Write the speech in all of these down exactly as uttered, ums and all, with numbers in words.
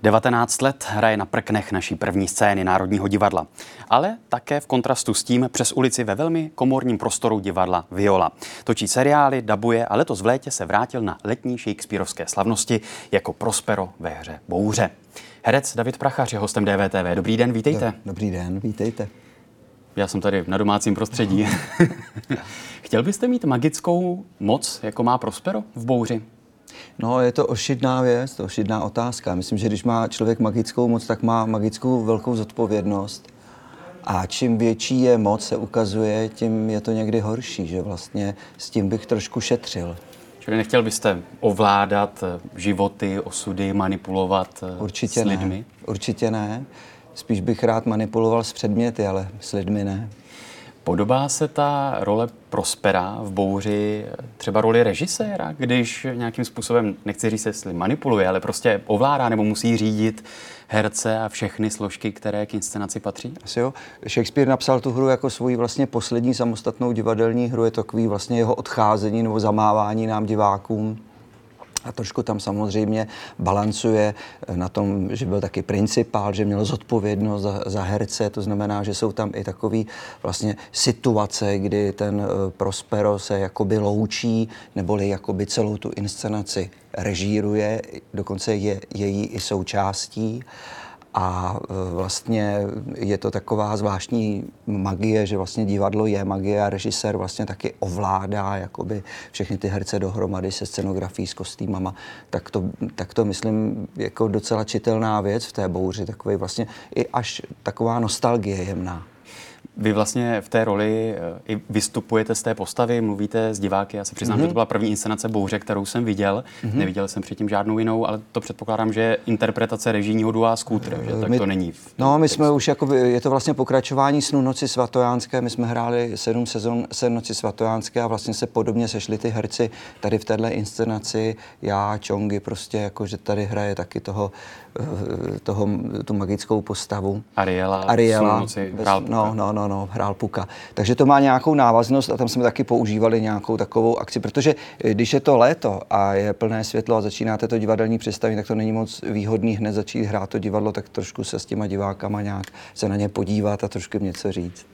devatenáct let hraje na prknech naší první scény Národního divadla. Ale také v kontrastu s tím přes ulici ve velmi komorním prostoru divadla Viola. Točí seriály, dabuje a letos v létě se vrátil na letní shakespearovské slavnosti jako Prospero ve hře Bouře. Herec David Prachař je hostem D V T V. Dobrý den, vítejte. Dobrý den, vítejte. Já jsem tady na domácím prostředí. Chtěl byste mít magickou moc, jako má Prospero v Bouři? No, je to ošidná věc, to ošidná otázka. Myslím, že když má člověk magickou moc, tak má magickou velkou zodpovědnost. A čím větší je moc, se ukazuje, tím je to někdy horší, že vlastně s tím bych trošku šetřil. Čili nechtěl byste ovládat životy, osudy, manipulovat Určitě s lidmi? Ne. Určitě ne. Spíš bych rád manipuloval s předměty, ale s lidmi ne. Podobá se ta role Prospera v Bouři třeba roli režiséra, když nějakým způsobem, nechci říct, jestli manipuluje, ale prostě ovládá nebo musí řídit herce a všechny složky, které k inscenaci patří? Asi jo. Shakespeare napsal tu hru jako svoji vlastně poslední samostatnou divadelní hru. Je to takový vlastně jeho odcházení nebo zamávání nám divákům. A trošku tam samozřejmě balancuje na tom, že byl taky principál, že měl zodpovědnost za, za herce, to znamená, že jsou tam i takové vlastně situace, kdy ten Prospero se jakoby loučí, neboli jakoby celou tu inscenaci režíruje, dokonce je její i součástí. A vlastně je to taková zvláštní magie, že vlastně divadlo je magie a režisér vlastně taky ovládá jakoby všechny ty herce dohromady se scenografií, s kostýmama. Tak to, tak to myslím jako docela čitelná věc v té Bouři, takový vlastně i až taková nostalgie jemná. Vy vlastně v té roli i vystupujete z té postavy, mluvíte s diváky. Já se přiznám, mm-hmm. že to byla první inscenace Bouře, kterou jsem viděl. Mm-hmm. Neviděl jsem předtím žádnou jinou, ale to předpokládám, že je interpretace režijního dua Skútr, že tak my, to není. V no, my textu. jsme už jako, je to vlastně pokračování Snů noci svatojánské. My jsme hráli sedm sezon Sen noci svatojánské a vlastně se podobně sešli ty herci tady v téhle inscenaci. Já, Čongy, prostě jako, že tady hraje taky toho, toho tu magickou postavu. Ariela, Ariela Snů noci hrál Puka. No, no, no, no, hrál Puka. Takže to má nějakou návaznost a tam jsme taky používali nějakou takovou akci, protože když je to léto a je plné světlo a začínáte to divadelní představení, tak to není moc výhodný hned začít hrát to divadlo, tak trošku se s těma divákama nějak se na ně podívat a trošku jim něco říct.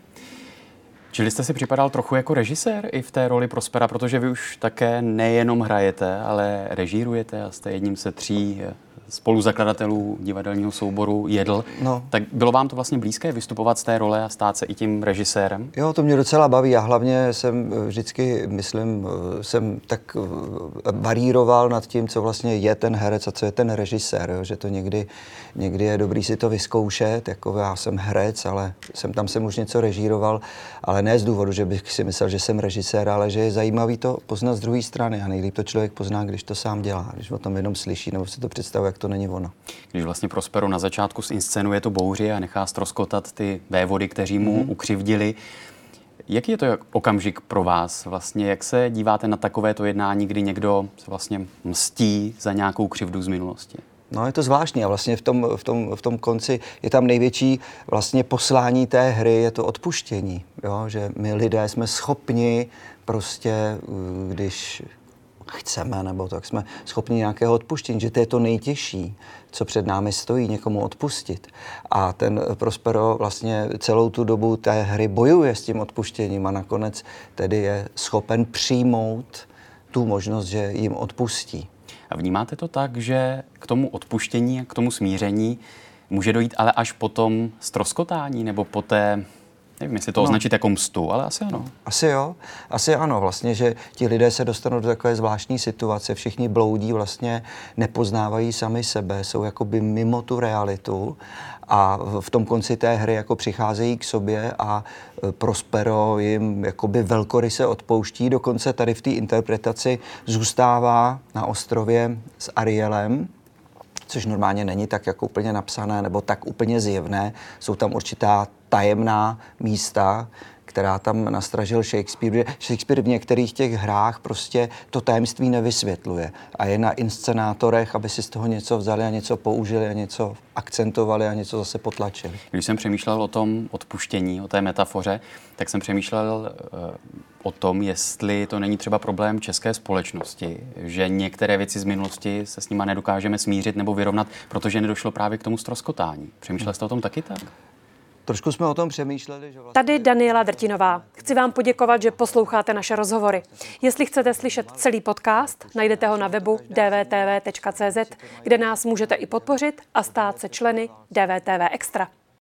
Čili jste si připadal trochu jako režisér i v té roli Prospera, protože vy už také nejenom hrajete, ale režírujete a jste jedním ze tří spoluzakladatelů divadelního souboru Jedl. No. Tak bylo vám to vlastně blízké vystupovat z té role a stát se i tím režisérem? Jo, to mě docela baví. Já hlavně jsem vždycky, myslím, jsem tak varíroval nad tím, co vlastně je ten herec a co je ten režisér. Jo? Že to někdy, někdy je dobrý si to vyzkoušet. Jako já jsem herec, ale jsem tam jsem už něco režíroval, ale ne z důvodu, že bych si myslel, že jsem režisér, ale že je zajímavý to poznat z druhé strany. A nejlíp to člověk pozná, když to sám dělá, když o tom jenom slyší nebo si to představuje, jak to není ono. Když vlastně Prospero na začátku zinscenuje tu bouři a nechá ztroskotat ty vévody, kteří mu mm-hmm. ukřivdili. Jaký je to okamžik pro vás? Vlastně, jak se díváte na takovéto jednání, kdy někdo se vlastně mstí za nějakou křivdu z minulosti? No, je to zvláštní a vlastně v tom, v tom, v tom konci je tam největší vlastně poslání té hry, je to odpuštění. Jo? Že my lidé jsme schopni prostě, když chceme, nebo tak jsme schopni nějakého odpuštění, že to je to nejtěžší, co před námi stojí, někomu odpustit. A ten Prospero vlastně celou tu dobu té hry bojuje s tím odpuštěním a nakonec tedy je schopen přijmout tu možnost, že jim odpustí. A vnímáte to tak, že k tomu odpuštění, k tomu smíření může dojít ale až po tom ztroskotání nebo po té, nevím, jestli to no. označit jako mstu, ale asi ano. Asi jo, asi ano, vlastně, že ti lidé se dostanou do takové zvláštní situace, všichni bloudí, vlastně nepoznávají sami sebe, jsou jakoby mimo tu realitu a v tom konci té hry jako přicházejí k sobě a Prospero jim jakoby velkoryse odpouští, dokonce tady v té interpretaci zůstává na ostrově s Arielem, což normálně není tak jako úplně napsané nebo tak úplně zjevné. Jsou tam určitá tajemná místa, která tam nastražil Shakespeare. Shakespeare v některých těch hrách prostě to tajemství nevysvětluje. A je na inscenátorech, aby si z toho něco vzali a něco použili a něco akcentovali a něco zase potlačili. Když jsem přemýšlel o tom odpuštění, o té metafoře, tak jsem přemýšlel, o tom, jestli to není třeba problém české společnosti, že některé věci z minulosti se s nima nedokážeme smířit nebo vyrovnat, protože nedošlo právě k tomu ztroskotání. Přemýšlel jste o tom taky tak? Trošku jsme o tom přemýšleli. Že vlastně... Tady Daniela Drtinová. Chci vám poděkovat, že posloucháte naše rozhovory. Jestli chcete slyšet celý podcast, najdete ho na webu d v t v tečka c z, kde nás můžete i podpořit a stát se členy D V T V Extra.